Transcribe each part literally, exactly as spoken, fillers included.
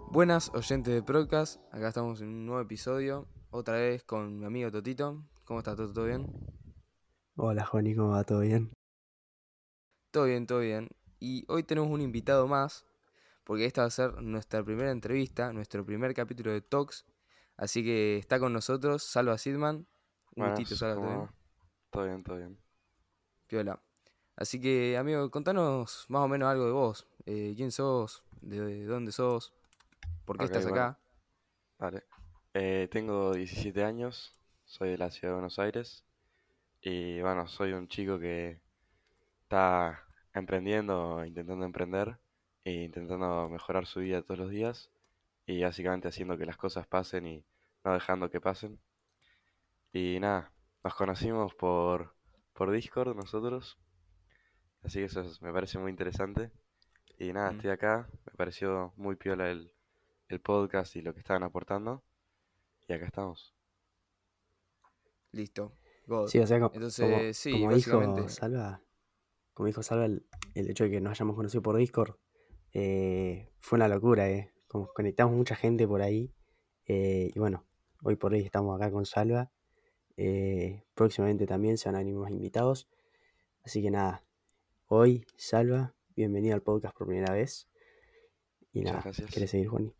Buenas oyentes de Procast, acá estamos en un nuevo episodio, otra vez con mi amigo Totito. ¿Cómo está Toto? ¿Todo bien? Hola, Juani, ¿cómo va? ¿Todo bien? Todo bien, todo bien. Y hoy tenemos un invitado más, porque esta va a ser nuestra primera entrevista, nuestro primer capítulo de Talks. Así que está con nosotros Salva Sidman. Un gustito, Buenas, Salva, ¿todo ¿cómo bien? va? Todo bien, todo bien. Piola. Así que, amigo, contanos más o menos algo de vos. Eh, ¿quién sos? ¿De de dónde sos? ¿Por qué Ok, estás bueno, acá? vale. Eh, tengo diecisiete años, soy de la ciudad de Buenos Aires y bueno, soy un chico que está emprendiendo, intentando emprender e intentando mejorar su vida todos los días y básicamente haciendo que las cosas pasen y no dejando que pasen. Y nada, nos conocimos por, por Discord nosotros, así que eso es- me parece muy interesante. Y nada, Mm, estoy acá, me pareció muy piola el, el podcast y lo que estaban aportando. Y acá estamos. listo. God. Sí, o sea, co- como, Entonces, sí, como dijo básicamente. Salva, como dijo Salva, el, el hecho de que nos hayamos conocido por Discord eh, fue una locura, eh. Como conectamos mucha gente por ahí. Eh, y bueno, hoy por hoy estamos acá con Salva. Eh, próximamente también se van a venir más invitados. Así que nada, hoy, Salva, bienvenido al podcast por primera vez. Y Muchas nada, gracias. ¿querés seguir, Juani?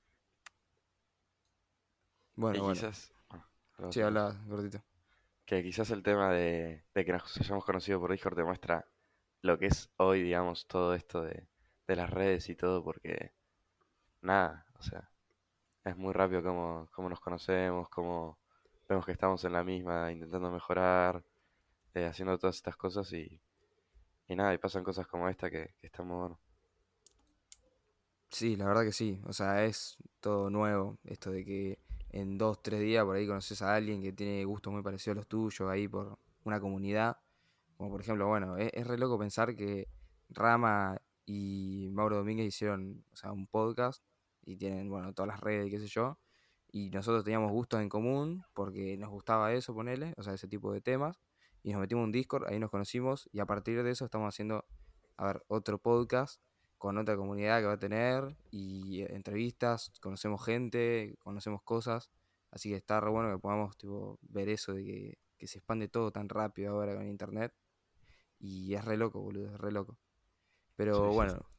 Y Bueno, bueno. quizás, bueno, para Sí, vosotros, habla, gordito. que quizás el tema de, de que nos hayamos conocido por Discord demuestra lo que es hoy, digamos, todo esto de, de las redes y todo, porque nada, o sea, es muy rápido cómo, cómo nos conocemos, cómo vemos que estamos en la misma, intentando mejorar, eh, haciendo todas estas cosas y, y nada, y pasan cosas como esta que, que están muy bueno. Sí, la verdad que sí. O sea, es todo nuevo. Esto de que en dos, tres días por ahí conoces a alguien que tiene gustos muy parecidos a los tuyos ahí por una comunidad. Como por ejemplo, bueno, es, es re loco pensar que Rama y Mauro Domínguez hicieron, o sea, un podcast y tienen, bueno, todas las redes y qué sé yo. Y nosotros teníamos gustos en común porque nos gustaba eso, ponele, o sea, ese tipo de temas. Y nos metimos en un Discord, ahí nos conocimos y a partir de eso estamos haciendo, a ver, otro podcast con otra comunidad que va a tener y eh, entrevistas, conocemos gente, conocemos cosas. Así que está re bueno que podamos tipo, ver eso de que, que se expande todo tan rápido ahora con internet. Y es re loco, boludo, es re loco. Sí, Pero sí. bueno,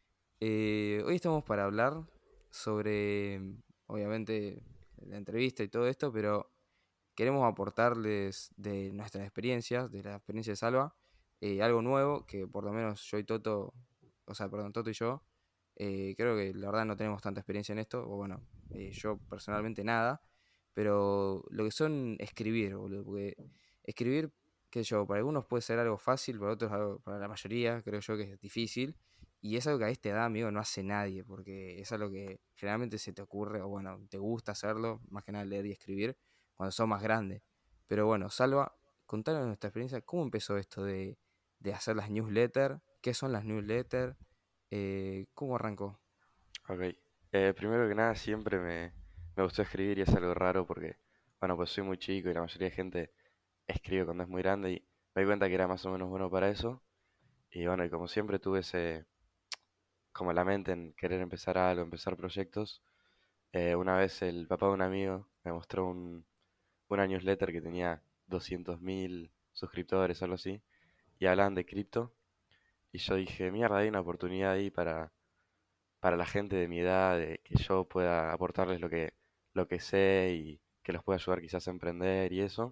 eh, hoy estamos para hablar sobre, obviamente, la entrevista y todo esto, pero queremos aportarles de nuestras experiencias, de la experiencia de Salva, eh, algo nuevo que por lo menos yo y Toto, o sea, perdón, Toto y yo, eh, creo que la verdad no tenemos tanta experiencia en esto, o bueno, eh, yo personalmente nada, pero lo que son escribir, boludo, porque escribir, qué sé yo, para algunos puede ser algo fácil, para otros algo, para la mayoría creo yo que es difícil, y es algo que a esta edad, amigo, no hace nadie, porque es algo que generalmente se te ocurre, o bueno, te gusta hacerlo, más que nada leer y escribir, cuando sos más grande. Pero bueno, Salva, contanos nuestra experiencia, ¿cómo empezó esto de, de hacer las newsletters? ¿Qué son las newsletters? Eh, ¿cómo arrancó? Ok. Eh, primero que nada, siempre me, me gustó escribir y es algo raro porque, bueno, pues soy muy chico y la mayoría de gente escribe cuando es muy grande y me di cuenta que era más o menos bueno para eso. Y bueno, y como siempre tuve ese, como la mente en querer empezar algo, empezar proyectos, eh, una vez el papá de un amigo me mostró un, una newsletter que tenía doscientos mil suscriptores, algo así, y hablaban de cripto. Y yo dije, mierda, hay una oportunidad ahí para, para la gente de mi edad, de que yo pueda aportarles lo que, lo que sé y que los pueda ayudar quizás a emprender y eso.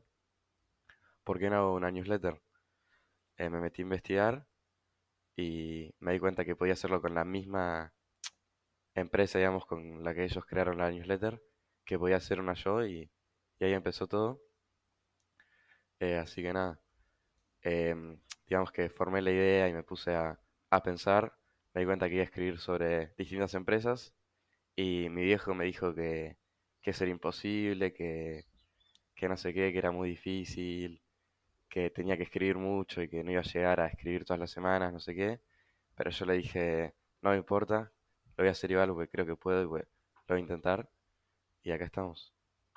¿Por qué no hago una newsletter? Eh, me metí a investigar y me di cuenta que podía hacerlo con la misma empresa, digamos, con la que ellos crearon la newsletter, que podía hacer una yo y, y ahí empezó todo. Eh, así que nada, em, digamos que formé la idea y me puse a, a pensar. Me di cuenta que iba a escribir sobre distintas empresas y mi viejo me dijo que, que eso era imposible, que, que no sé qué, que era muy difícil, que tenía que escribir mucho y que no iba a llegar a escribir todas las semanas, no sé qué. Pero yo le dije, no me importa, lo voy a hacer igual porque creo que puedo y pues, lo voy a intentar. Y acá estamos.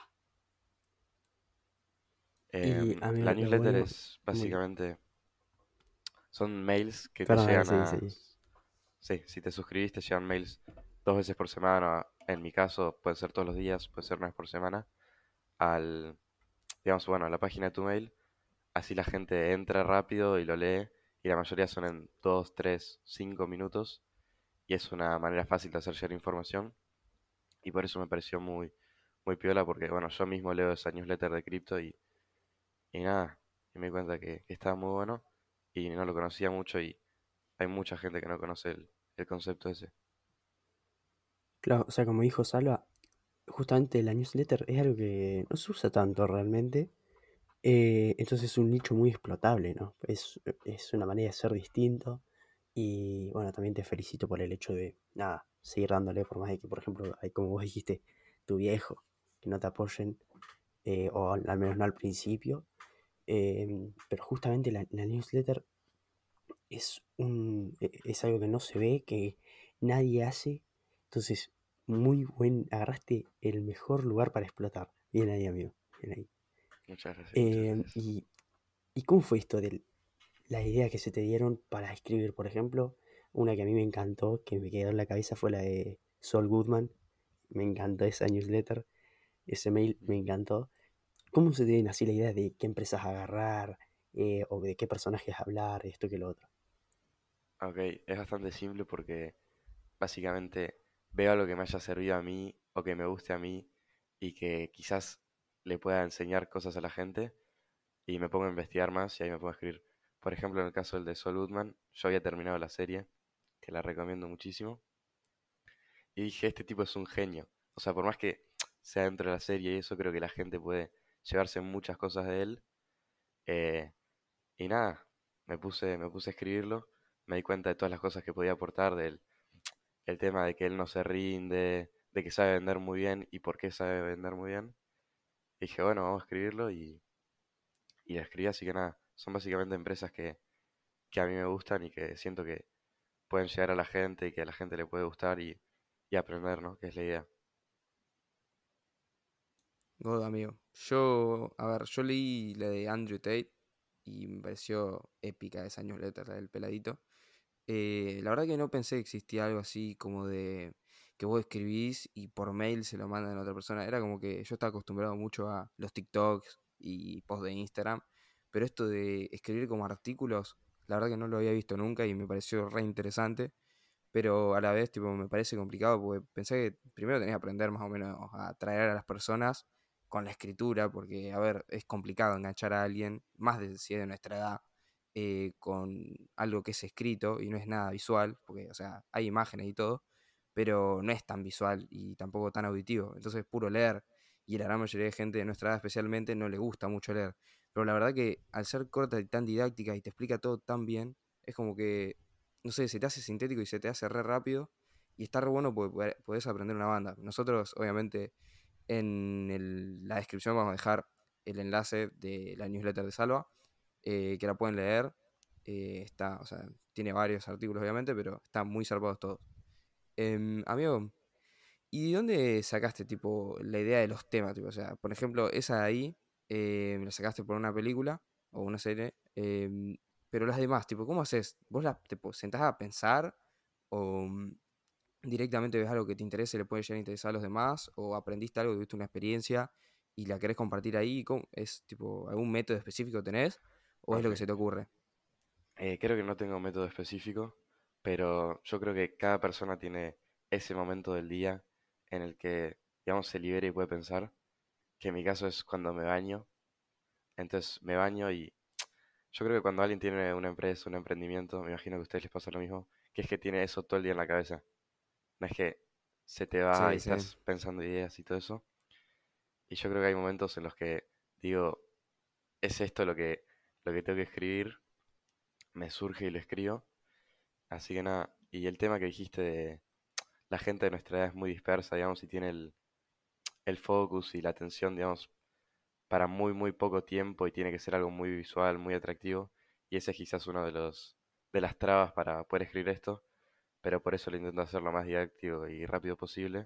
Y Em, a mí la lo newsletter bueno, es muy... básicamente, son mails que te Perdón, dale, llegan seguí, a... seguí. Sí, si te suscribís te llegan mails dos veces por semana en mi caso puede ser todos los días, puede ser una vez por semana, al, digamos, bueno, a la página de tu mail. Así la gente entra rápido y lo lee, y la mayoría son en dos tres cinco minutos, y es una manera fácil de hacer llegar información, y por eso me pareció muy, muy piola, porque bueno, yo mismo leo esa newsletter de cripto y, y nada, y me di cuenta que, que estaba muy bueno, y no lo conocía mucho, y hay mucha gente que no conoce el, el concepto ese. Claro, o sea, como dijo Salva, justamente la newsletter es algo que no se usa tanto realmente. Eh, entonces es un nicho muy explotable, ¿no? Es, es una manera de ser distinto. Y bueno, también te felicito por el hecho de, nada, seguir dándole, por más de que, por ejemplo, hay como vos dijiste, tu viejo, que no te apoyen, eh, o al, al menos no al principio. Em, pero justamente la, la newsletter es, un, e- es algo que no se ve, que nadie hace. Entonces, muy buen, agarraste el mejor lugar para explotar. Bien ahí, amigo. Bien ahí. Muchas gracias, muchas Em, gracias. y, ¿y cómo fue esto de las ideas que se te dieron para escribir? Por ejemplo, una que a mí me encantó, que me quedó en la cabeza, fue la de Saul Goodman. Me encantó esa newsletter, ese mail me encantó. ¿Cómo se te viene así la idea de qué empresas agarrar, eh, o de qué personajes hablar, esto que lo otro? Ok, es bastante simple porque básicamente veo algo que me haya servido a mí o que me guste a mí y que quizás le pueda enseñar cosas a la gente y me pongo a investigar más y ahí me pongo a escribir. Por ejemplo, en el caso del de Saul Goodman, yo había terminado la serie, que la recomiendo muchísimo, y dije, este tipo es un genio. O sea, por más que sea dentro de la serie y eso, creo que la gente puede llevarse muchas cosas de él. eh, y nada, me puse, me puse a escribirlo, me di cuenta de todas las cosas que podía aportar, del el tema de que él no se rinde, de que sabe vender muy bien y por qué sabe vender muy bien. Y dije, bueno, vamos a escribirlo y, y lo escribí, así que nada, son básicamente empresas que, que a mí me gustan y que siento que pueden llegar a la gente y que a la gente le puede gustar y, y aprender, ¿no? Que es la idea. God, amigo. Yo, a ver, yo leí la de Andrew Tate y me pareció épica esa newsletter, la del peladito. Eh, la verdad que no pensé que existía algo así como de que vos escribís y por mail se lo mandan a otra persona. Era como que yo estaba acostumbrado mucho a los TikToks y posts de Instagram, pero esto de escribir como artículos, la verdad que no lo había visto nunca y me pareció re interesante, pero a la vez tipo me parece complicado porque pensé que primero tenía que aprender más o menos a atraer a las personas con la escritura, porque a ver, es complicado enganchar a alguien, más de si es de nuestra edad, eh, con algo que es escrito y no es nada visual, porque, o sea, hay imágenes y todo, pero no es tan visual y tampoco tan auditivo. Entonces, puro leer. Y la gran mayoría de gente de nuestra edad, especialmente, no le gusta mucho leer. Pero la verdad que al ser corta y tan didáctica y te explica todo tan bien, es como que, no sé, se te hace sintético y se te hace re rápido. Y está re bueno porque podés aprender una banda. Nosotros, obviamente, en el- la descripción vamos a dejar el enlace de la newsletter de Salva, eh, que la pueden leer. Eh, está, o sea, tiene varios artículos obviamente, pero están muy zarpados todos. Em, amigo, ¿y de dónde sacaste tipo la idea de los temas? Tipo, o sea, por ejemplo, esa de ahí, eh, me la sacaste por una película o una serie, em, pero las demás, tipo, ¿cómo haces? ¿Vos las te po- sentás a pensar o mm, directamente ves algo que te interesa y le puede llegar a interesar a los demás? ¿O aprendiste algo, tuviste una experiencia y la querés compartir ahí? ¿Cómo? ¿Es tipo algún método específico tenés o es lo Ok. que se te ocurre? Eh, creo que no tengo un método específico, pero yo creo que cada persona tiene ese momento del día en el que, digamos, se libera y puede pensar, que en mi caso es cuando me baño. Entonces me baño y yo creo que cuando alguien tiene una empresa, un emprendimiento, me imagino que a ustedes les pasa lo mismo, que es que tiene eso todo el día en la cabeza. No es que se te va y Sí, sí. estás pensando ideas y todo eso. Y yo creo que hay momentos en los que digo, es esto lo que, lo que tengo que escribir, me surge y lo escribo. Así que nada, y el tema que dijiste de la gente de nuestra edad es muy dispersa, digamos, y tiene el, el focus y la atención, digamos, para muy, muy poco tiempo y tiene que ser algo muy visual, muy atractivo. Y ese es quizás uno de los, de las trabas para poder escribir esto, pero por eso lo intento hacer lo más didáctico y rápido posible.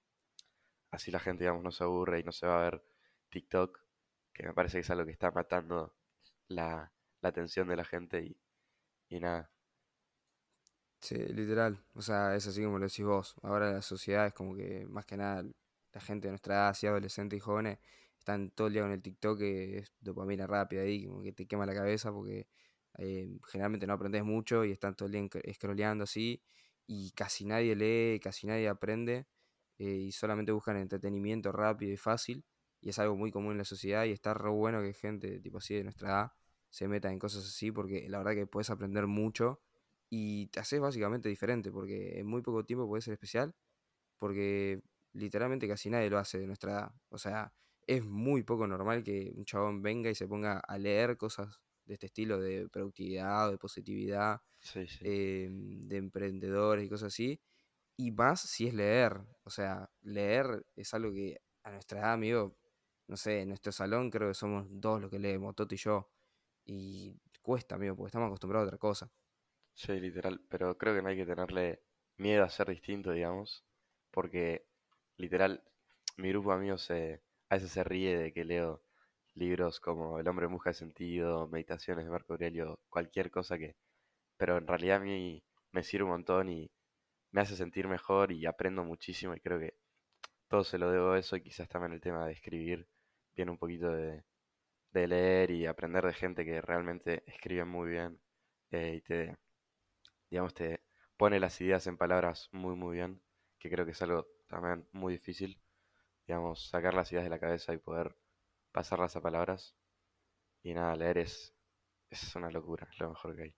Así la gente, digamos, no se aburre y no se va a ver TikTok, que me parece que es algo que está matando la, la atención de la gente y, y nada. Sí, literal. O sea, es así como lo decís vos. Ahora la sociedad es como que, más que nada, la gente de nuestra edad, así adolescentes y jóvenes, están todo el día con el TikTok, que es dopamina rápida ahí, como que te quema la cabeza porque eh, generalmente no aprendes mucho y están todo el día enc- scrolleando así y casi nadie lee, casi nadie aprende eh, y solamente buscan entretenimiento rápido y fácil y es algo muy común en la sociedad y está re bueno que gente tipo así de nuestra edad se meta en cosas así porque la verdad que puedes aprender mucho y te haces básicamente diferente, porque en muy poco tiempo puedes ser especial, porque literalmente casi nadie lo hace de nuestra edad. O sea, es muy poco normal que un chabón venga y se ponga a leer cosas de este estilo de productividad o de positividad, Sí, sí. eh, de emprendedores y cosas así. Y más si es leer. O sea, leer es algo que a nuestra edad, amigo, no sé, en nuestro salón creo que somos dos los que leemos, Toto y yo. Y cuesta, amigo, porque estamos acostumbrados a otra cosa. Sí, literal, pero creo que no hay que tenerle miedo a ser distinto, digamos, porque literal, mi grupo de amigos se, a veces se ríe de que leo libros como El hombre en busca de sentido, Meditaciones de Marco Aurelio, cualquier cosa que, pero en realidad a mí me sirve un montón y me hace sentir mejor y aprendo muchísimo y creo que todo se lo debo a eso y quizás también el tema de escribir viene un poquito de, de leer y aprender de gente que realmente escribe muy bien eh, y te digamos, te pone las ideas en palabras muy, muy bien, que creo que es algo también muy difícil, digamos, sacar las ideas de la cabeza y poder pasarlas a palabras. Y nada, leer es, es una locura, es lo mejor que hay.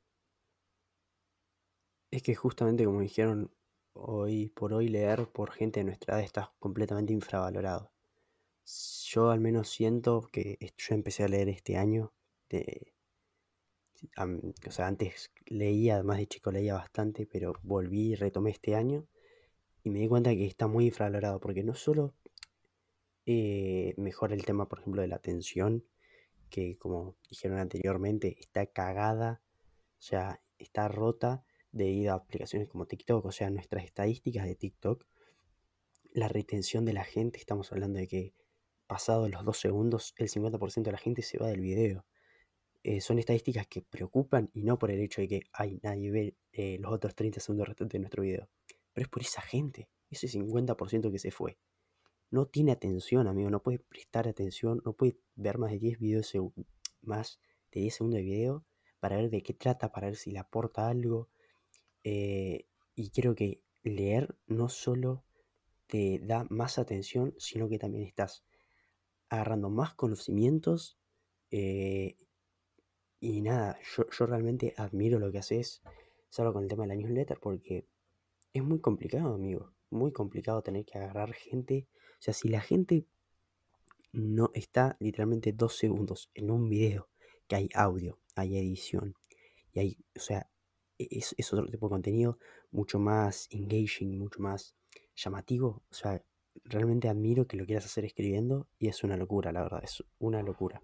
Es que justamente como dijeron, hoy por hoy leer por gente de nuestra edad está completamente infravalorado. Yo al menos siento que est- yo empecé a leer este año. de- am- o sea, antes leía, además de chico leía bastante, pero volví y retomé este año y me di cuenta que está muy infravalorado porque no solo eh, mejora el tema, por ejemplo, de la atención, que como dijeron anteriormente, está cagada, o sea, está rota debido a aplicaciones como TikTok, o sea, nuestras estadísticas de TikTok, la retención de la gente, estamos hablando de que pasados los dos segundos, el cincuenta por ciento de la gente se va del video. Eh, son estadísticas que preocupan y no por el hecho de que hay nadie ve eh, los otros treinta segundos restantes de nuestro video, pero es por esa gente, ese cincuenta por ciento que se fue. No tiene atención, amigo, no puede prestar atención, no puede ver más de diez videos, más de diez segundos de video para ver de qué trata, para ver si le aporta algo. eh, y creo que leer no solo te da más atención, sino que también estás agarrando más conocimientos. eh, y nada, yo, yo realmente admiro lo que haces, solo con el tema de la newsletter, porque es muy complicado, amigo. Muy complicado tener que agarrar gente. O sea, si la gente no está literalmente dos segundos en un video, que hay audio, hay edición, y hay, o sea, e- es, es otro tipo de contenido mucho más engaging, mucho más llamativo. O sea, realmente admiro que lo quieras hacer escribiendo y es una locura, la verdad, es una locura.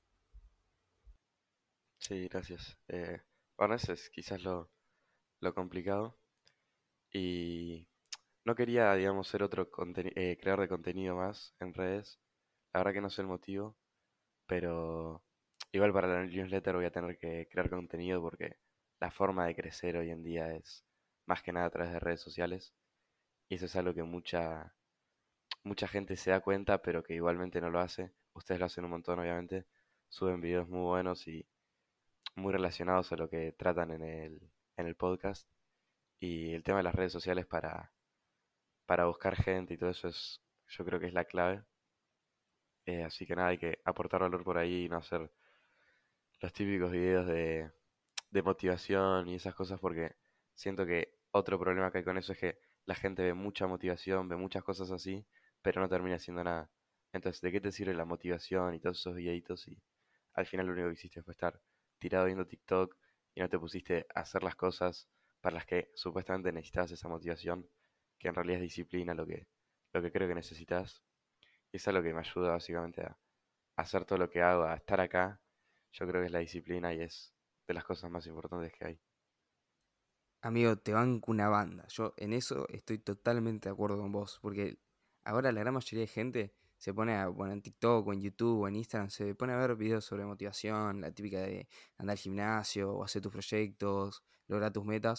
Sí, gracias. Eh, bueno, eso es quizás lo, lo complicado. Y no quería, digamos, ser otro conteni- eh, creador de contenido más en redes. La verdad que no sé el motivo, pero igual para la newsletter voy a tener que crear contenido porque la forma de crecer hoy en día es más que nada a través de redes sociales y eso es algo que mucha mucha gente se da cuenta pero que igualmente no lo hace. Ustedes lo hacen un montón, obviamente. Suben videos muy buenos y muy relacionados a lo que tratan en el, en el podcast. Y el tema de las redes sociales para, para buscar gente y todo eso es, yo creo que es la clave. Eh, así que nada, hay que aportar valor por ahí y no hacer los típicos videos de de motivación y esas cosas porque siento que otro problema que hay con eso es que la gente ve mucha motivación, ve muchas cosas así, pero no termina haciendo nada. Entonces, ¿de qué te sirve la motivación y todos esos videitos si al final lo único que hiciste fue estar tirado viendo TikTok y no te pusiste a hacer las cosas para las que supuestamente necesitabas esa motivación, que en realidad es disciplina lo que, lo que creo que necesitas? Y eso es lo que me ayuda básicamente a hacer todo lo que hago, a estar acá. Yo creo que es la disciplina y es de las cosas más importantes que hay. Amigo, te banco una banda. Yo en eso estoy totalmente de acuerdo con vos, porque ahora la gran mayoría de gente se pone a, bueno, en TikTok o en YouTube o en Instagram, se pone a ver videos sobre motivación, la típica de andar al gimnasio o hacer tus proyectos, lograr tus metas,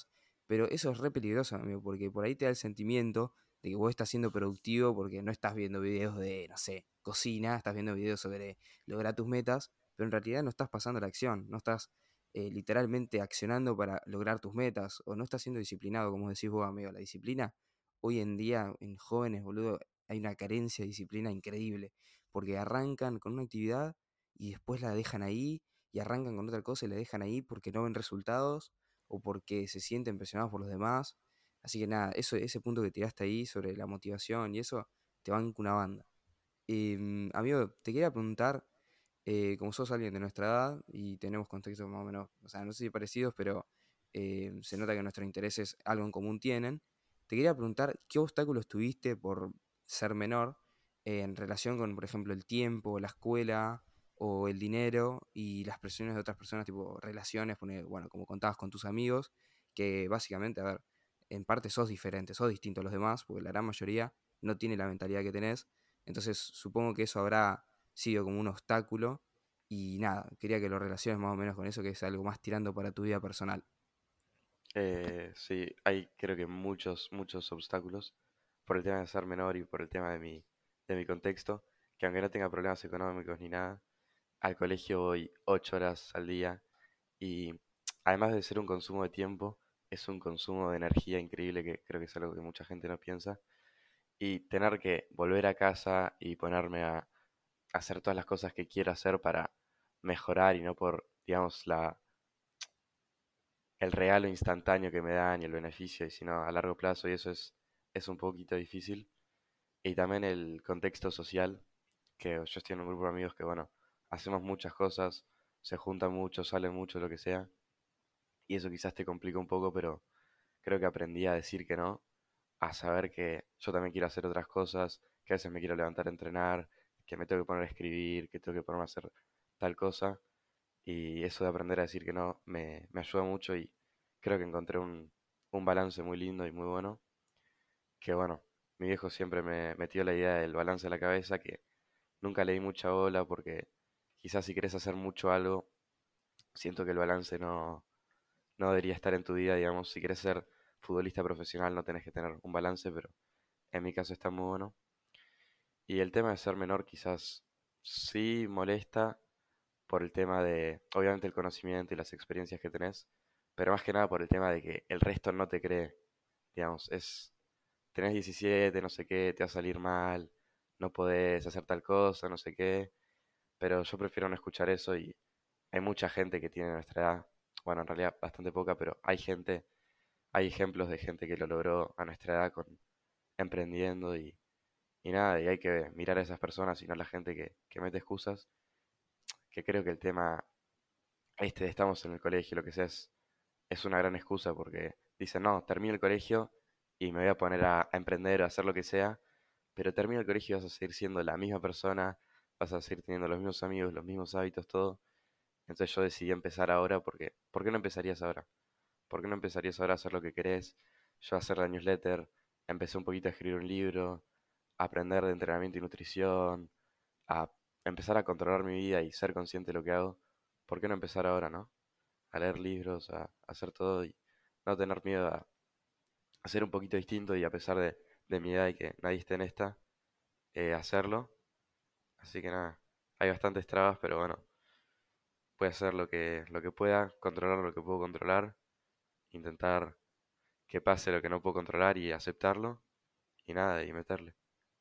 Pero eso es re peligroso, amigo, porque por ahí te da el sentimiento de que vos estás siendo productivo porque no estás viendo videos de, no sé, cocina, estás viendo videos sobre lograr tus metas, pero en realidad no estás pasando la acción, no estás eh, literalmente accionando para lograr tus metas, o no estás siendo disciplinado, como decís vos, amigo. La disciplina, hoy en día, en jóvenes, boludo, hay una carencia de disciplina increíble, porque arrancan con una actividad y después la dejan ahí, y arrancan con otra cosa y la dejan ahí porque no ven resultados, o porque se sienten presionados por los demás. Así que nada, eso, ese punto que tiraste ahí sobre la motivación y eso, te banca una banda. Em, amigo, te quería preguntar, eh, como sos alguien de nuestra edad y tenemos contextos más o menos, o sea, no sé si parecidos, pero eh, se nota que nuestros intereses algo en común tienen. Te quería preguntar qué obstáculos tuviste por ser menor eh, en relación con, por ejemplo, el tiempo, la escuela o el dinero y las presiones de otras personas, tipo relaciones, pone- bueno, como contabas con tus amigos, que básicamente, a ver, en parte sos diferente, sos distinto a los demás, porque la gran mayoría no tiene la mentalidad que tenés. Entonces supongo que eso habrá sido como un obstáculo y nada, quería que lo relaciones más o menos con eso, que es algo más tirando para tu vida personal. Eh, sí, hay creo que muchos, muchos obstáculos por el tema de ser menor y por el tema de mi, de mi contexto, que aunque no tenga problemas económicos ni nada, al colegio voy ocho horas al día y además de ser un consumo de tiempo, es un consumo de energía increíble que creo que es algo que mucha gente no piensa. Y tener que volver a casa y ponerme a hacer todas las cosas que quiero hacer para mejorar y no por, digamos, la, el regalo instantáneo que me dan y el beneficio, y sino a largo plazo, y eso es, es un poquito difícil. Y también el contexto social, que yo estoy en un grupo de amigos que, bueno, hacemos muchas cosas, se juntan mucho, salen mucho, lo que sea, y eso quizás te complica un poco, pero creo que aprendí a decir que no, a saber que yo también quiero hacer otras cosas, que a veces me quiero levantar a entrenar, que me tengo que poner a escribir, que tengo que ponerme a hacer tal cosa. Y eso de aprender a decir que no me, me ayuda mucho y creo que encontré un, un balance muy lindo y muy bueno. Que bueno, mi viejo siempre me metió la idea del balance en la cabeza, que nunca le di mucha bola porque quizás si querés hacer mucho algo, siento que el balance no, no debería estar en tu vida, digamos. Si querés ser futbolista profesional no tenés que tener un balance, pero en mi caso está muy bueno. Y el tema de ser menor quizás sí molesta por el tema de, obviamente, el conocimiento y las experiencias que tenés, pero más que nada por el tema de que el resto no te cree. Digamos, es, tenés diecisiete, no sé qué, te va a salir mal, no podés hacer tal cosa, no sé qué, pero yo prefiero no escuchar eso y hay mucha gente que tiene nuestra edad, bueno, en realidad bastante poca, pero hay gente, hay ejemplos de gente que lo logró a nuestra edad con emprendiendo y, y nada, y hay que mirar a esas personas y no a la gente que, que mete excusas, que creo que el tema este de estamos en el colegio, lo que sea, es, es una gran excusa porque dicen, no, termino el colegio y me voy a poner a, a emprender o a hacer lo que sea, pero termino el colegio y vas a seguir siendo la misma persona, vas a seguir teniendo los mismos amigos, los mismos hábitos, todo. Entonces yo decidí empezar ahora porque, ¿por qué no empezarías ahora? ¿Por qué no empezarías ahora a hacer lo que querés? Yo a hacer la newsletter, empecé un poquito a escribir un libro, a aprender de entrenamiento y nutrición, a empezar a controlar mi vida y ser consciente de lo que hago. ¿Por qué no empezar ahora, no? A leer libros, a, a hacer todo y no tener miedo a, a ser un poquito distinto y a pesar de, de mi edad y que nadie esté en esta, eh, hacerlo. Así que nada, hay bastantes trabas, pero bueno, voy a hacer lo que, lo que pueda, controlar lo que puedo controlar, intentar que pase lo que no puedo controlar y aceptarlo y nada, y meterle.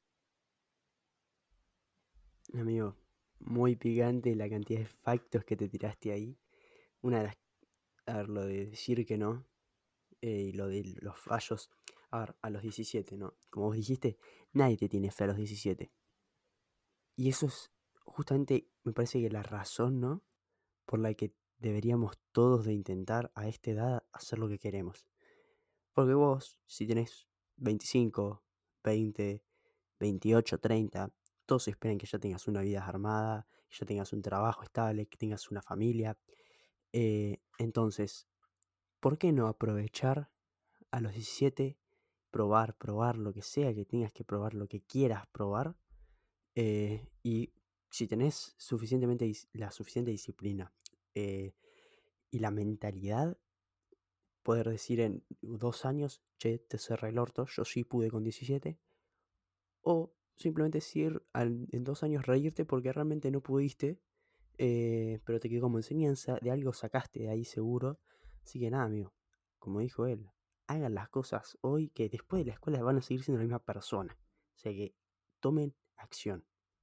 Amigo, muy picante la cantidad de factos que te tiraste ahí. Una de las, a ver, lo de decir que no, eh, y lo de los fallos. A ver, a los diecisiete, ¿no? Como vos dijiste, nadie te tiene fe a los diecisiete. Y eso es justamente, me parece que la razón, ¿no? Por la que deberíamos todos de intentar a esta edad hacer lo que queremos. Porque vos, si tenés veinticinco, veinte, veintiocho, treinta, todos esperan que ya tengas una vida armada, que ya tengas un trabajo estable, que tengas una familia. Eh, entonces, ¿por qué no aprovechar a los diecisiete, probar, probar lo que sea que tengas que probar, lo que quieras probar? eh, y si tenés suficientemente, dis- la suficiente disciplina, eh, y la mentalidad, poder decir en dos años, che, te cerré el orto, yo sí pude con diecisiete. O simplemente decir al- en dos años reírte porque realmente no pudiste, eh, pero te quedó como enseñanza, de algo sacaste de ahí seguro. Así que nada, amigo, como dijo él, hagan las cosas hoy que después de la escuela van a seguir siendo la misma persona. O sea que tomen acción.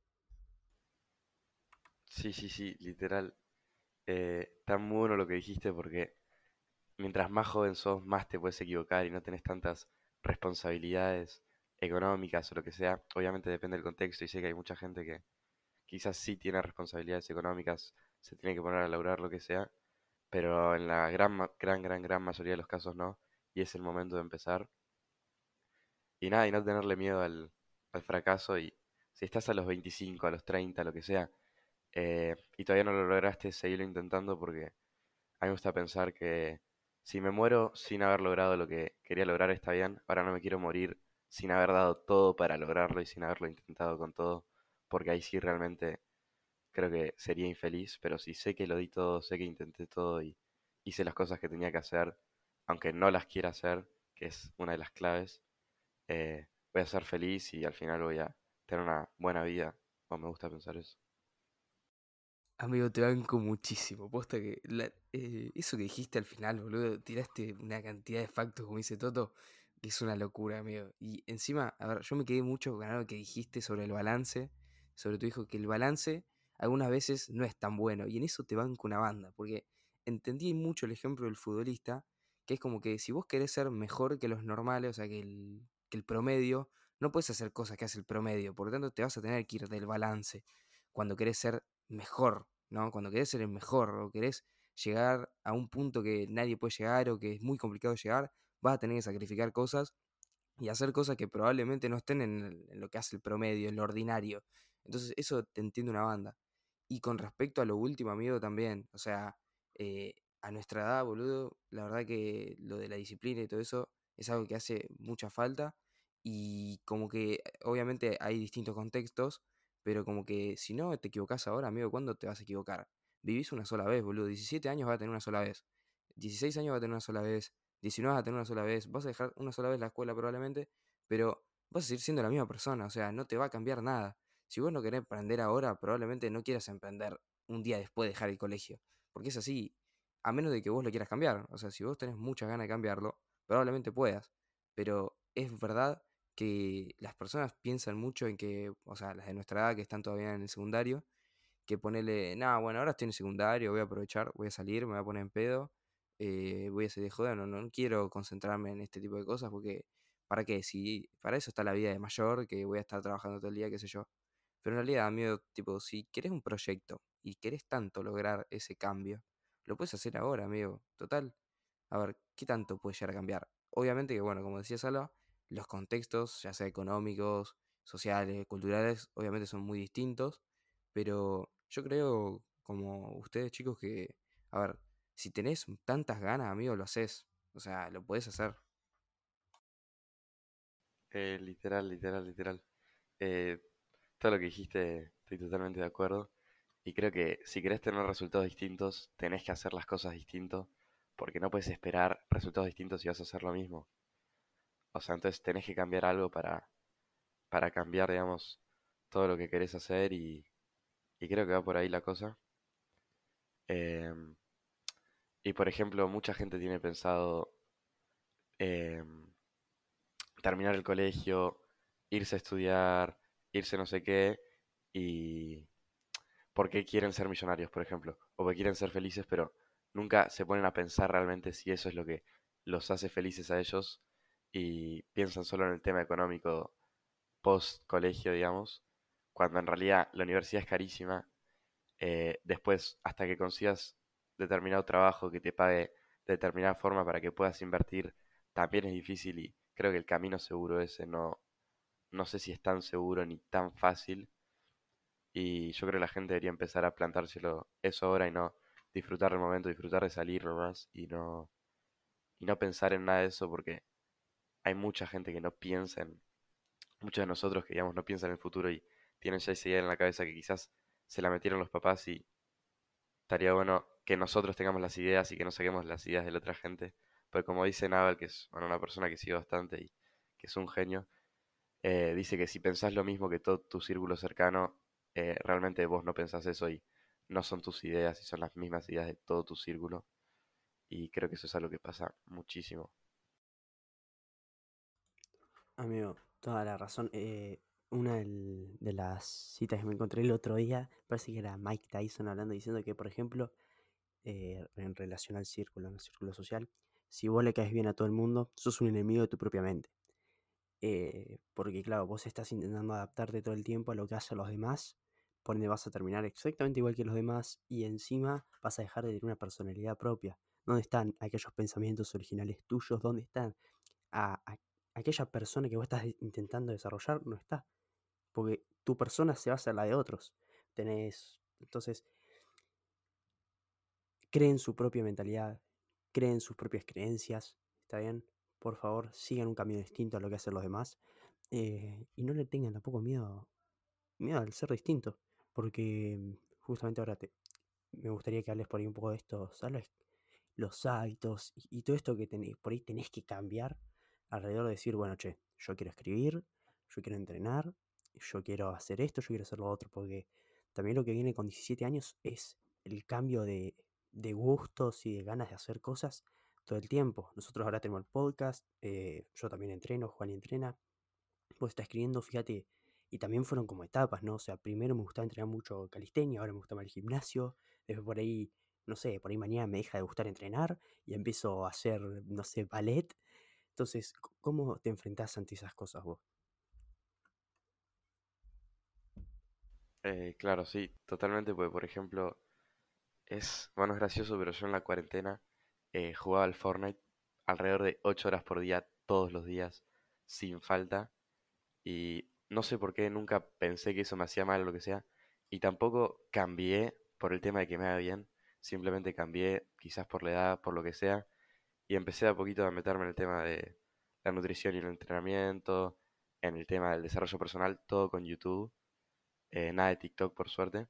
Sí, sí, sí, literal. Eh, está muy bueno lo que dijiste porque mientras más joven sos, más te puedes equivocar y no tenés tantas responsabilidades económicas o lo que sea. Obviamente depende del contexto y sé que hay mucha gente que quizás sí tiene responsabilidades económicas, se tiene que poner a laburar lo que sea, pero en la gran, ma- gran, gran, gran mayoría de los casos no, y es el momento de empezar. Y nada, y no tenerle miedo al, al fracaso y si estás a los veinticinco, a los treinta, lo que sea, eh, y todavía no lo lograste, seguirlo intentando porque a mí me gusta pensar que si me muero sin haber logrado lo que quería lograr está bien, ahora no me quiero morir sin haber dado todo para lograrlo y sin haberlo intentado con todo, porque ahí sí realmente creo que sería infeliz, pero si sé que lo di todo, sé que intenté todo y hice las cosas que tenía que hacer, aunque no las quiera hacer, que es una de las claves, eh, voy a ser feliz y al final voy a tener una buena vida, o me gusta pensar eso. Amigo, te banco muchísimo. Posta que la- eh, eso que dijiste al final, boludo, tiraste una cantidad de factos, como dice Toto, que es una locura, amigo. Y encima, a ver, yo me quedé mucho con algo que dijiste sobre el balance, sobre tu hijo, que el balance algunas veces no es tan bueno. Y en eso te banco una banda, porque entendí mucho el ejemplo del futbolista, que es como que si vos querés ser mejor que los normales, o sea, que el, que el promedio, no puedes hacer cosas que hace el promedio. Por lo tanto, te vas a tener que ir del balance cuando querés ser mejor, ¿no? Cuando querés ser el mejor o querés llegar a un punto que nadie puede llegar o que es muy complicado llegar, vas a tener que sacrificar cosas y hacer cosas que probablemente no estén en, el- en lo que hace el promedio, en lo ordinario. Entonces, eso te entiende una banda. Y con respecto a lo último, amigo, también, o sea, eh, a nuestra edad, boludo, la verdad que lo de la disciplina y todo eso es algo que hace mucha falta. Y como que, obviamente, hay distintos contextos, pero como que si no te equivocás ahora, amigo, ¿cuándo te vas a equivocar? Vivís una sola vez, boludo. diecisiete años vas a tener una sola vez. dieciséis años vas a tener una sola vez. diecinueve vas a tener una sola vez. Vas a dejar una sola vez la escuela probablemente, pero vas a seguir siendo la misma persona. O sea, no te va a cambiar nada. Si vos no querés emprender ahora, probablemente no quieras emprender un día después de dejar el colegio. Porque es así, a menos de que vos lo quieras cambiar. O sea, si vos tenés muchas ganas de cambiarlo, probablemente puedas. Pero es verdad que las personas piensan mucho en que, o sea, las de nuestra edad que están todavía en el secundario, que ponerle, nada, bueno, ahora estoy en el secundario, voy a aprovechar, voy a salir, me voy a poner en pedo, eh, voy a salir de joda, no, no quiero concentrarme en este tipo de cosas porque, ¿para qué? Si para eso está la vida de mayor, que voy a estar trabajando todo el día, qué sé yo. Pero en realidad, amigo, tipo, si querés un proyecto y querés tanto lograr ese cambio, lo puedes hacer ahora, amigo. Total, a ver, ¿qué tanto puede llegar a cambiar? Obviamente que, bueno, como decía Salva, los contextos, ya sea económicos, sociales, culturales, obviamente son muy distintos, pero yo creo, como ustedes chicos, que, a ver, si tenés tantas ganas, amigo, lo haces. O sea, lo puedes hacer. Eh, literal, literal, literal. Eh, Todo lo que dijiste, estoy totalmente de acuerdo. Y creo que si querés tener resultados distintos, tenés que hacer las cosas distintos, porque no puedes esperar resultados distintos si vas a hacer lo mismo. O sea, entonces tenés que cambiar algo para, para cambiar, digamos, todo lo que querés hacer y, y creo que va por ahí la cosa. Em, y por ejemplo, mucha gente tiene pensado em, terminar el colegio, irse a estudiar, irse no sé qué, y porque quieren ser millonarios, por ejemplo, o porque quieren ser felices, pero nunca se ponen a pensar realmente si eso es lo que los hace felices a ellos y piensan solo en el tema económico post colegio, digamos, cuando en realidad la universidad es carísima. Eh, después, hasta que consigas determinado trabajo que te pague de determinada forma para que puedas invertir, también es difícil y creo que el camino seguro ese no, no sé si es tan seguro ni tan fácil y yo creo que la gente debería empezar a plantárselo eso ahora y no disfrutar del momento, disfrutar de salir nomás y no, y no pensar en nada de eso porque hay mucha gente que no piensa en, muchos de nosotros que digamos no piensan en el futuro y tienen ya esa idea en la cabeza que quizás se la metieron los papás y estaría bueno que nosotros tengamos las ideas y que no saquemos las ideas de la otra gente pero como dice Naval, que es bueno, una persona que sigue bastante y que es un genio, eh, dice que si pensás lo mismo que todo tu círculo cercano, eh, realmente vos no pensás eso y no son tus ideas y son las mismas ideas de todo tu círculo. Y creo que eso es algo que pasa muchísimo. Amigo, toda la razón. Eh, una del- de las citas que me encontré el otro día, parece que era Mike Tyson hablando, diciendo que, por ejemplo, eh, en relación al círculo, en el círculo social, si vos le caes bien a todo el mundo, sos un enemigo de tu propia mente. Eh, porque claro, vos estás intentando adaptarte todo el tiempo a lo que hacen los demás, por ende vas a terminar exactamente igual que los demás y encima vas a dejar de tener una personalidad propia. ¿Dónde están aquellos pensamientos originales tuyos? ¿Dónde están a, a- aquella persona que vos estás de- intentando desarrollar? No está, porque tu persona se basa en la de otros. Tenés, entonces, creen su propia mentalidad, creen sus propias creencias, ¿está bien? Por favor, sigan un camino distinto a lo que hacen los demás. Eh, y no le tengan tampoco miedo, miedo al ser distinto, porque mm, justamente ahora te, me gustaría que hables por ahí un poco de esto, ¿sabes? Los hábitos y, y todo esto que tenés, por ahí tenés que cambiar alrededor de decir, bueno, che, yo quiero escribir, yo quiero entrenar, yo quiero hacer esto, yo quiero hacer lo otro, porque también lo que viene con diecisiete años es el cambio de, de gustos y de ganas de hacer cosas todo el tiempo. Nosotros ahora tenemos el podcast, eh, yo también entreno, Juan entrena, vos estás escribiendo, fíjate, y también fueron como etapas, ¿no? O sea, primero me gustaba entrenar mucho calistenia, ahora me gusta más el gimnasio, después por ahí, no sé, por ahí mañana me deja de gustar entrenar y empiezo a hacer, no sé, ballet. Entonces, c- ¿cómo te enfrentás ante esas cosas vos? Eh, claro, sí, totalmente, porque por ejemplo, es, bueno, es gracioso, pero yo en la cuarentena eh, jugaba al Fortnite alrededor de ocho horas por día, todos los días, sin falta. Y no sé por qué nunca pensé que eso me hacía mal o lo que sea. Y tampoco cambié por el tema de que me haga bien. Simplemente cambié, quizás por la edad, por lo que sea. Y empecé a poquito a meterme en el tema de la nutrición y el entrenamiento, en el tema del desarrollo personal, todo con YouTube. Eh, nada de TikTok, por suerte.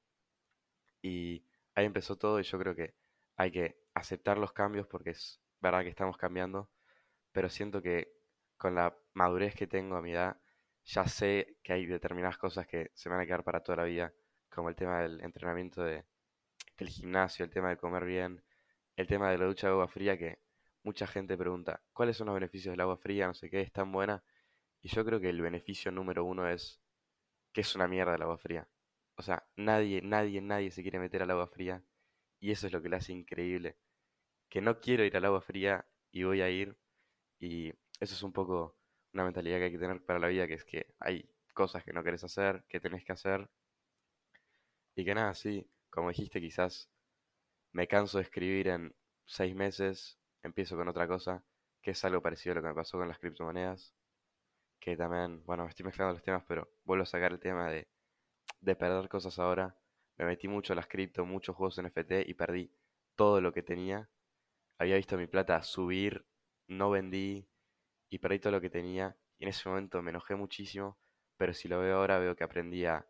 Y ahí empezó todo y yo creo que hay que aceptar los cambios porque es verdad que estamos cambiando, pero siento que con la madurez que tengo a mi edad, ya sé que hay determinadas cosas que se me van a quedar para toda la vida, como el tema del entrenamiento de, del gimnasio, el tema de comer bien, el tema de la ducha de agua fría, que mucha gente pregunta, ¿cuáles son los beneficios del agua fría? No sé qué, es tan buena. Y yo creo que el beneficio número uno es que es una mierda el agua fría. O sea, nadie, nadie, nadie se quiere meter al agua fría. Y eso es lo que le hace increíble. Que no quiero ir al agua fría y voy a ir. Y eso es un poco una mentalidad que hay que tener para la vida, que es que hay cosas que no querés hacer, que tenés que hacer. Y que nada, sí, como dijiste, quizás me canso de escribir en seis meses, empiezo con otra cosa, que es algo parecido a lo que me pasó con las criptomonedas. Que también, bueno, me estoy mezclando los temas, pero vuelvo a sacar el tema de de perder cosas ahora. Me metí mucho a las cripto, muchos juegos N F T y perdí todo lo que tenía. Había visto mi plata subir, no vendí y perdí todo lo que tenía. Y en ese momento me enojé muchísimo, pero si lo veo ahora veo que aprendí a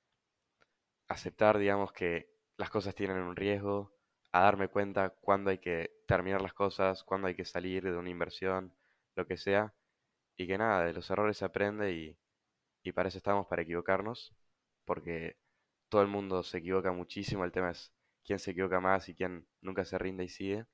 aceptar, digamos, que las cosas tienen un riesgo, a darme cuenta cuándo hay que terminar las cosas, cuándo hay que salir de una inversión, lo que sea. Y que nada, de los errores se aprende y, y para eso estamos, para equivocarnos, porque todo el mundo se equivoca muchísimo, el tema es quién se equivoca más y quién nunca se rinde y sigue.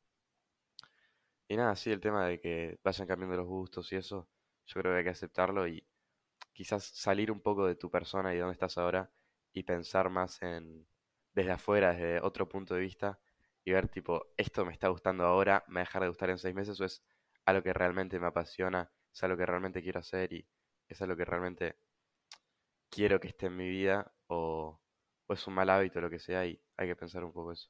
Y nada, sí, el tema de que vayan cambiando los gustos y eso, yo creo que hay que aceptarlo y quizás salir un poco de tu persona y de dónde estás ahora y pensar más en desde afuera, desde otro punto de vista y ver tipo, esto me está gustando ahora, me va a dejar de gustar en seis meses o es algo que realmente me apasiona, es algo que realmente quiero hacer y es algo que realmente quiero que esté en mi vida o, o es un mal hábito, lo que sea, y hay que pensar un poco eso.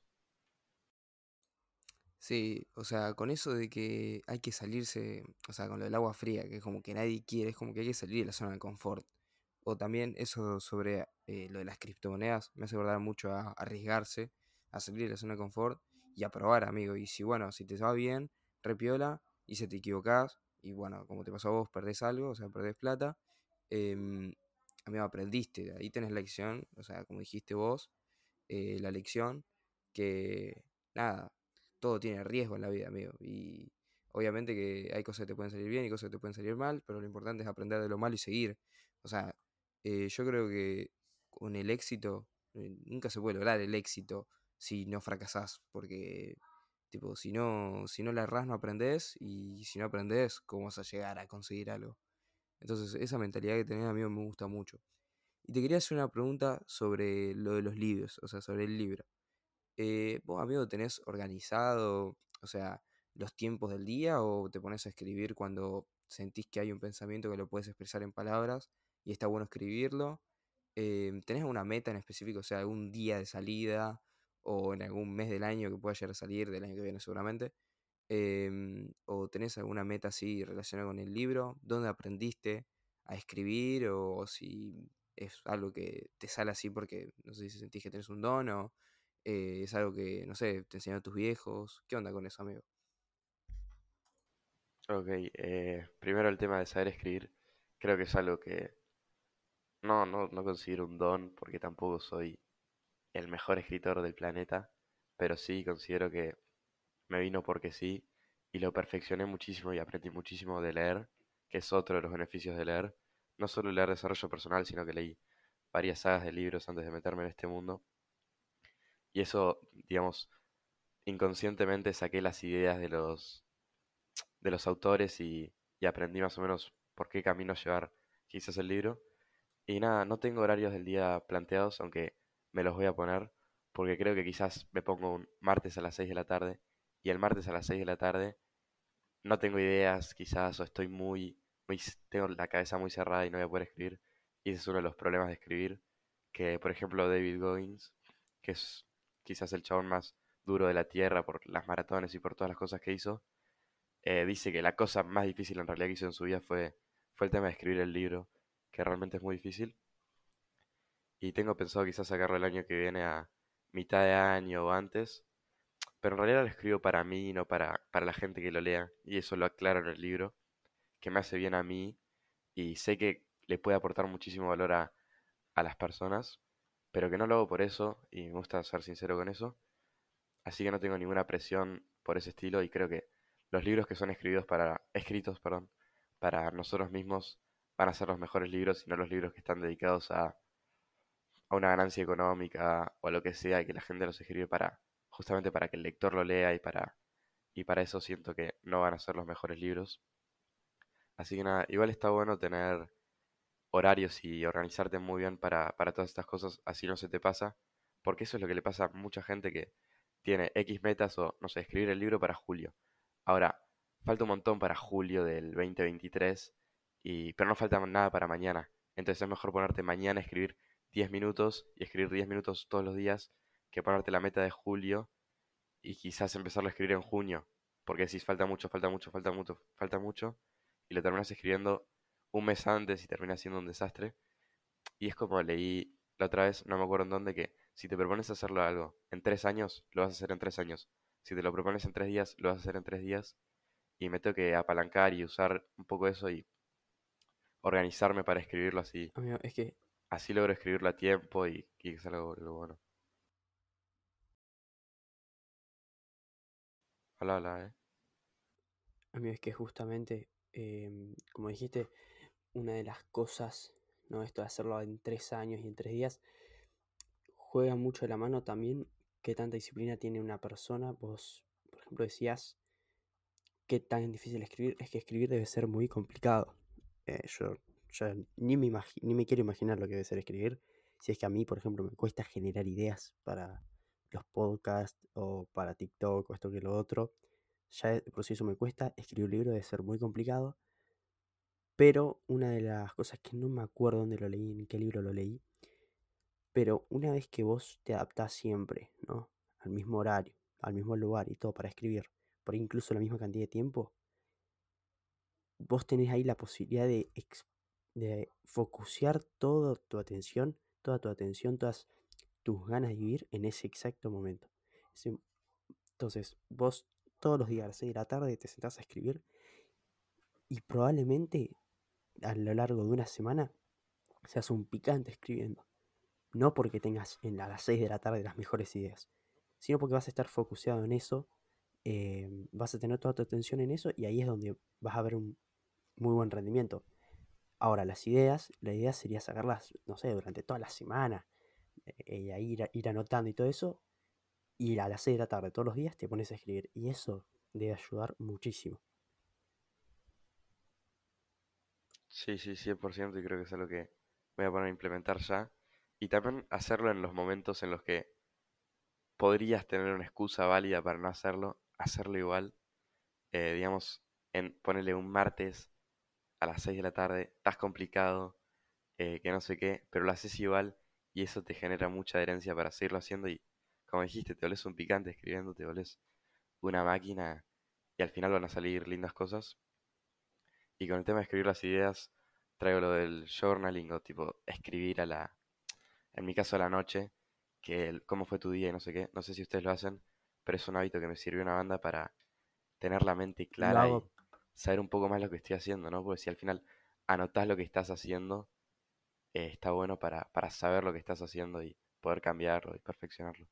Sí, o sea, con eso de que hay que salirse, o sea, con lo del agua fría, que es como que nadie quiere, es como que hay que salir de la zona de confort. O también eso sobre eh, lo de las criptomonedas, me hace acordar mucho a arriesgarse, a salir de la zona de confort y a probar, amigo. Y si, bueno, si te va bien, repiola, y si te equivocás, y bueno, como te pasó a vos, perdés algo, o sea, perdés plata, em, amigo, aprendiste, ahí tenés la lección, o sea, como dijiste vos, eh, la lección que, nada, todo tiene riesgo en la vida, amigo. Y obviamente que hay cosas que te pueden salir bien y cosas que te pueden salir mal, pero lo importante es aprender de lo malo y seguir. O sea, eh, yo creo que con el éxito, eh, nunca se puede lograr el éxito si no fracasás, porque tipo, si no, si no la errás no aprendés, y si no aprendés, ¿cómo vas a llegar a conseguir algo? Entonces, esa mentalidad que tenés, amigo, me gusta mucho. Y te quería hacer una pregunta sobre lo de los libros, o sea, sobre el libro. Eh, ¿vos, amigo, tenés organizado, o sea, los tiempos del día, o te pones a escribir cuando sentís que hay un pensamiento que lo puedes expresar en palabras y está bueno escribirlo? Eh, ¿tenés alguna meta en específico, o sea, algún día de salida o en algún mes del año que pueda llegar a salir, del año que viene seguramente? Em, ¿o tenés alguna meta así relacionada con el libro? ¿Dónde aprendiste a escribir? ¿O si es algo que te sale así porque, no sé si sentís que tenés un don, o eh, es algo que, no sé, te enseñaron tus viejos? ¿Qué onda con eso, amigo? Ok, eh, primero el tema de saber escribir, creo que es algo que no, no, no considero un don porque tampoco soy el mejor escritor del planeta, pero sí considero que me vino porque sí y lo perfeccioné muchísimo y aprendí muchísimo de leer, que es otro de los beneficios de leer. No solo leer desarrollo personal, sino que leí varias sagas de libros antes de meterme en este mundo. Y eso, digamos, inconscientemente saqué las ideas de los, de los autores y, y aprendí más o menos por qué camino llevar quizás el libro. Y nada, no tengo horarios del día planteados, aunque me los voy a poner, porque creo que quizás me pongo un martes a las seis de la tarde y el martes a las seis de la tarde no tengo ideas, quizás, o estoy muy, muy, c- tengo la cabeza muy cerrada y no voy a poder escribir. Y ese es uno de los problemas de escribir, que por ejemplo David Goggins, que es quizás el chabón más duro de la tierra por las maratones y por todas las cosas que hizo, eh, dice que la cosa más difícil en realidad que hizo en su vida fue, fue el tema de escribir el libro, que realmente es muy difícil. Y tengo pensado quizás sacarlo el año que viene a mitad de año o antes, pero en realidad lo escribo para mí, no para, para la gente que lo lea, y eso lo aclaro en el libro, que me hace bien a mí y sé que le puede aportar muchísimo valor a, a las personas, pero que no lo hago por eso y me gusta ser sincero con eso, así que no tengo ninguna presión por ese estilo y creo que los libros que son escritos para, escritos, perdón, para nosotros mismos van a ser los mejores libros y no los libros que están dedicados a, a una ganancia económica o a lo que sea y que la gente los escribe para justamente para que el lector lo lea y para y para eso siento que no van a ser los mejores libros. Así que nada, igual está bueno tener horarios y organizarte muy bien para, para todas estas cosas, así no se te pasa, porque eso es lo que le pasa a mucha gente que tiene X metas o, no sé, escribir el libro para julio. Ahora, falta un montón para julio del dos mil veintitrés, y, pero no falta nada para mañana. Entonces es mejor ponerte mañana a escribir diez minutos y escribir diez minutos todos los días que ponerte la meta de julio y quizás empezarlo a escribir en junio, porque decís falta mucho, falta mucho, falta mucho, falta mucho, y lo terminas escribiendo un mes antes y termina siendo un desastre. Y es como leí la otra vez, no me acuerdo en dónde, que si te propones hacerlo algo en tres años, lo vas a hacer en tres años. Si te lo propones en tres días, lo vas a hacer en tres días. Y me tengo que apalancar y usar un poco eso y organizarme para escribirlo así. Amigo, es que, Así logro escribirlo a tiempo y, y que salga algo algo bueno. Hola, hola, eh. amigo, es que justamente, em, como dijiste, una de las cosas, ¿no? Esto de hacerlo en tres años y en tres días, juega mucho de la mano también qué tanta disciplina tiene una persona. Vos, por ejemplo, decías qué tan difícil escribir. Es que escribir debe ser muy complicado. Eh, yo, yo ni me imagi- ni me quiero imaginar lo que debe ser escribir. Si es que a mí, por ejemplo, me cuesta generar ideas para los podcasts o para TikTok o esto que lo otro. Ya de por si eso me cuesta, escribir un libro debe ser muy complicado. Pero una de las cosas que no me acuerdo dónde lo leí, en qué libro lo leí, pero una vez que vos te adaptás siempre, ¿no? Al mismo horario, al mismo lugar y todo para escribir, por incluso la misma cantidad de tiempo, vos tenés ahí la posibilidad de, ex- de focusear toda tu atención, toda tu atención, todas tus ganas de vivir en ese exacto momento. Ese- Entonces, vos todos los días a las seis de la tarde te sentás a escribir y probablemente a lo largo de una semana seas un picante escribiendo. No porque tengas en la- a las seis de la tarde las mejores ideas, sino porque vas a estar focuseado en eso eh, vas a tener toda tu atención en eso y ahí es donde vas a ver un muy buen rendimiento. Ahora, las ideas, la idea sería sacarlas, no sé, durante toda la semana, eh, y ahí ir, ir anotando y todo eso, y a las seis de la tarde todos los días te pones a escribir, y eso debe ayudar muchísimo. Sí, sí, cien por ciento y creo que es algo que voy a poner a implementar ya. Y también hacerlo en los momentos en los que podrías tener una excusa válida para no hacerlo, hacerlo igual. Eh, digamos, en ponerle un martes a las seis de la tarde, estás complicado, eh, que no sé qué, pero lo haces igual y eso te genera mucha adherencia para seguirlo haciendo y, como dijiste, te volvés un picante escribiendo, te volvés una máquina y al final van a salir lindas cosas. Y con el tema de escribir las ideas, traigo lo del journaling o tipo escribir a la, en mi caso a la noche, que el- cómo fue tu día y no sé qué. No sé si ustedes lo hacen, pero es un hábito que me sirvió una banda para tener la mente Lo clara y hago, saber un poco más lo que estoy haciendo, ¿no? Porque si al final anotás lo que estás haciendo, eh, está bueno para, para saber lo que estás haciendo y poder cambiarlo y perfeccionarlo.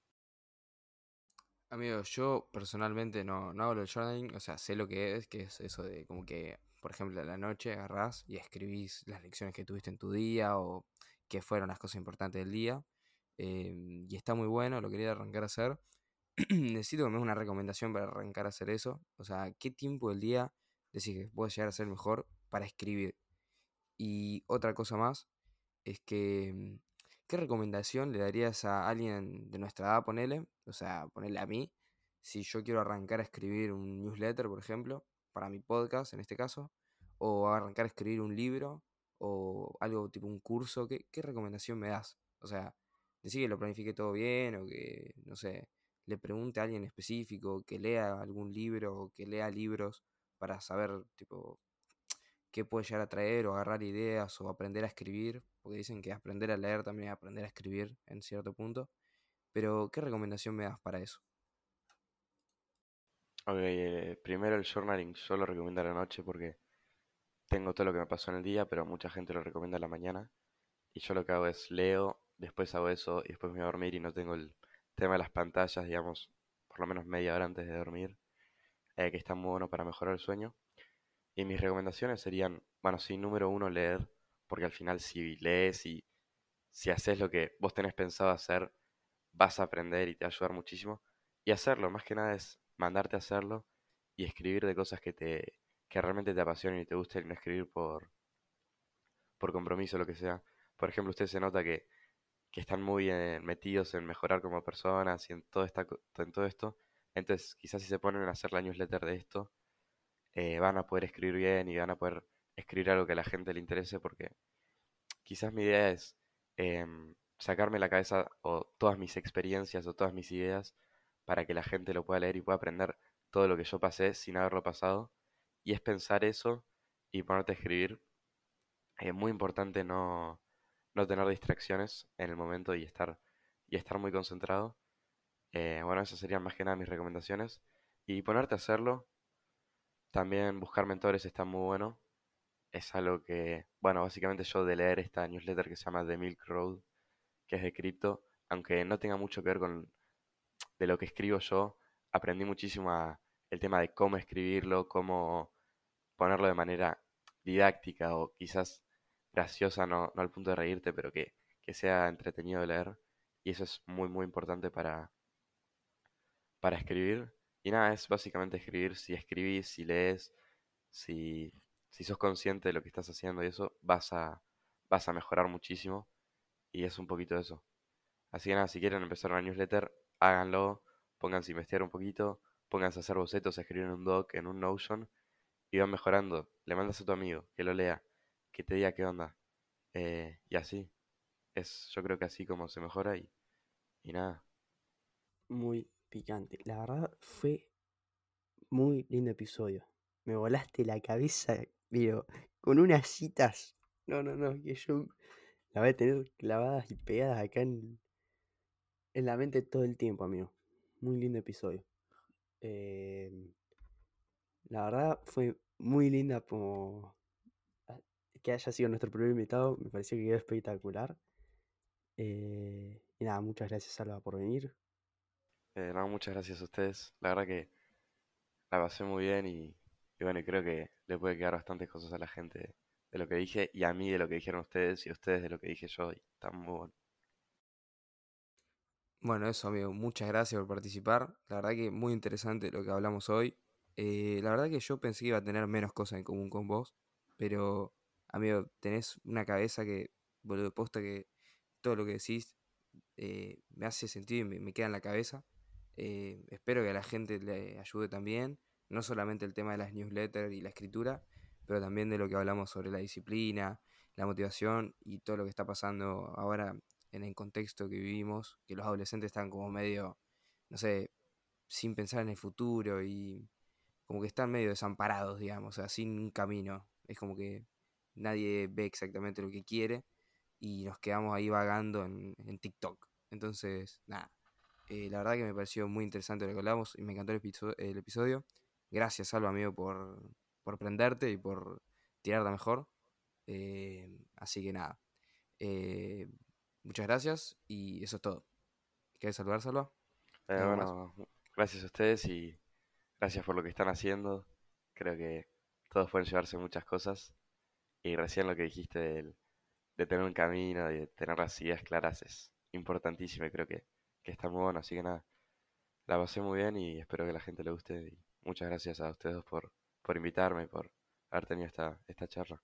Amigo, yo personalmente no, no hago lo del journaling, o sea, sé lo que es, que es eso de como que, por ejemplo, a la noche agarrás y escribís las lecciones que tuviste en tu día o qué fueron las cosas importantes del día. eh, y está muy bueno, lo quería arrancar a hacer. Necesito que me des una recomendación para arrancar a hacer eso. O sea, ¿qué tiempo del día decís que puedo llegar a ser mejor para escribir? Y otra cosa más es que, mm, ¿qué recomendación le darías a alguien de nuestra edad, ponele? O sea, ponele a mí, si yo quiero arrancar a escribir un newsletter, por ejemplo, para mi podcast en este caso, o arrancar a escribir un libro, o algo tipo un curso, ¿qué, qué recomendación me das? O sea, decir que lo planifique todo bien, o que, no sé, le pregunte a alguien específico, que lea algún libro, o que lea libros para saber, tipo, qué puede llegar a traer o agarrar ideas o aprender a escribir, porque dicen que aprender a leer también es aprender a escribir en cierto punto. Pero, ¿qué recomendación me das para eso? Ok, eh, primero el journaling yo lo recomiendo a la noche porque tengo todo lo que me pasó en el día, pero mucha gente lo recomienda a la mañana. Y yo lo que hago es leo, después hago eso y después me voy a dormir y no tengo el tema de las pantallas, digamos, por lo menos media hora antes de dormir, eh, que está muy bueno para mejorar el sueño. Y mis recomendaciones serían, bueno, sí, número uno, leer, porque al final si lees y si haces lo que vos tenés pensado hacer, vas a aprender y te va a ayudar muchísimo. Y hacerlo, más que nada es mandarte a hacerlo y escribir de cosas que te, que realmente te apasionen y te gusten, y no escribir por, por compromiso o lo que sea. Por ejemplo, usted se nota que que están muy eh, metidos en mejorar como personas y en todo, esta, co- en todo esto. Entonces, quizás si se ponen a hacer la newsletter de esto, eh, van a poder escribir bien y van a poder escribir algo que a la gente le interese, porque quizás mi idea es em, sacarme la cabeza o todas mis experiencias o todas mis ideas para que la gente lo pueda leer y pueda aprender todo lo que yo pasé sin haberlo pasado. Y es pensar eso y ponerte a escribir. Es muy importante no, no tener distracciones en el momento y estar, y estar muy concentrado. Eh, bueno, esas serían más que nada mis recomendaciones. Y ponerte a hacerlo, también buscar mentores está muy bueno. Es algo que, bueno, básicamente yo de leer esta newsletter que se llama The Milk Road, que es de cripto, aunque no tenga mucho que ver con de lo que escribo yo, aprendí muchísimo a el tema de cómo escribirlo, cómo ponerlo de manera didáctica o quizás graciosa, no, no al punto de reírte, pero que, que sea entretenido de leer. Y eso es muy, muy importante para, para escribir. Y nada, es básicamente escribir. Si escribís, si lees, si, si sos consciente de lo que estás haciendo y eso, vas a, vas a mejorar muchísimo. Y es un poquito de eso. Así que nada, si quieren empezar una newsletter, háganlo, pónganse a investigar un poquito, pónganse a hacer bocetos, a escribir en un doc, en un Notion, y van mejorando. Le mandas a tu amigo, que lo lea, que te diga qué onda. Eh, y así, es yo creo que así como se mejora y, y nada. muy picante. La verdad fue muy lindo episodio. Me volaste la cabeza, pero con unas citas. No, no, no, que yo la voy a tener clavadas y pegadas acá en, en la mente todo el tiempo, amigo. Muy lindo episodio. Eh, la verdad fue muy linda como ah, que haya sido nuestro primer invitado. Me pareció que quedó espectacular. Eh, y nada, muchas gracias, Salva, por venir. Eh, no, muchas gracias a ustedes. La verdad que la pasé muy bien y, y bueno, y creo que le puede quedar bastantes cosas a la gente de lo que dije y a mí de lo que dijeron ustedes y a ustedes de lo que dije yo y está muy bueno. Bueno, eso, amigo, muchas gracias por participar. La verdad que muy interesante lo que hablamos hoy. Eh, la verdad que yo pensé que iba a tener menos cosas en común con vos, pero, amigo, tenés una cabeza que, boludo, posta que todo lo que decís eh, me hace sentido y me, me queda en la cabeza. Eh, espero que a la gente le ayude también, no solamente el tema de las newsletters y la escritura, pero también de lo que hablamos sobre la disciplina, la motivación y todo lo que está pasando ahora en el contexto que vivimos, que los adolescentes están como medio, no sé, sin pensar en el futuro y como que están medio desamparados, digamos, o sea, sin un camino. Es como que nadie ve exactamente lo que quiere y nos quedamos ahí vagando en, en TikTok. Entonces, nada, eh, la verdad que me pareció muy interesante lo que hablamos y me encantó el, episo- el episodio. Gracias, Salva, amigo, por, por prenderte y por tirarla mejor. Eh, así que nada, eh, muchas gracias y eso es todo. ¿Quieres saludar, Salva? Eh, ¿Algo más? bueno, gracias a ustedes y gracias por lo que están haciendo. Creo que todos pueden llevarse muchas cosas y recién lo que dijiste del- de tener un camino, de tener las ideas claras es importantísimo y creo que, que está muy bueno. Así que nada, la pasé muy bien y espero que a la gente le guste. Y muchas gracias a ustedes por, por invitarme y por haber tenido esta, esta charla.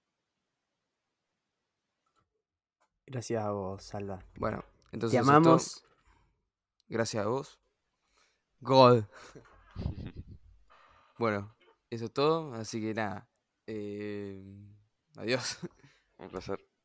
Gracias a vos, Salva. Bueno, Te entonces eso es todo. amamos. Gracias a vos. God. Bueno, eso es todo. Así que nada. eh, adiós. Un placer.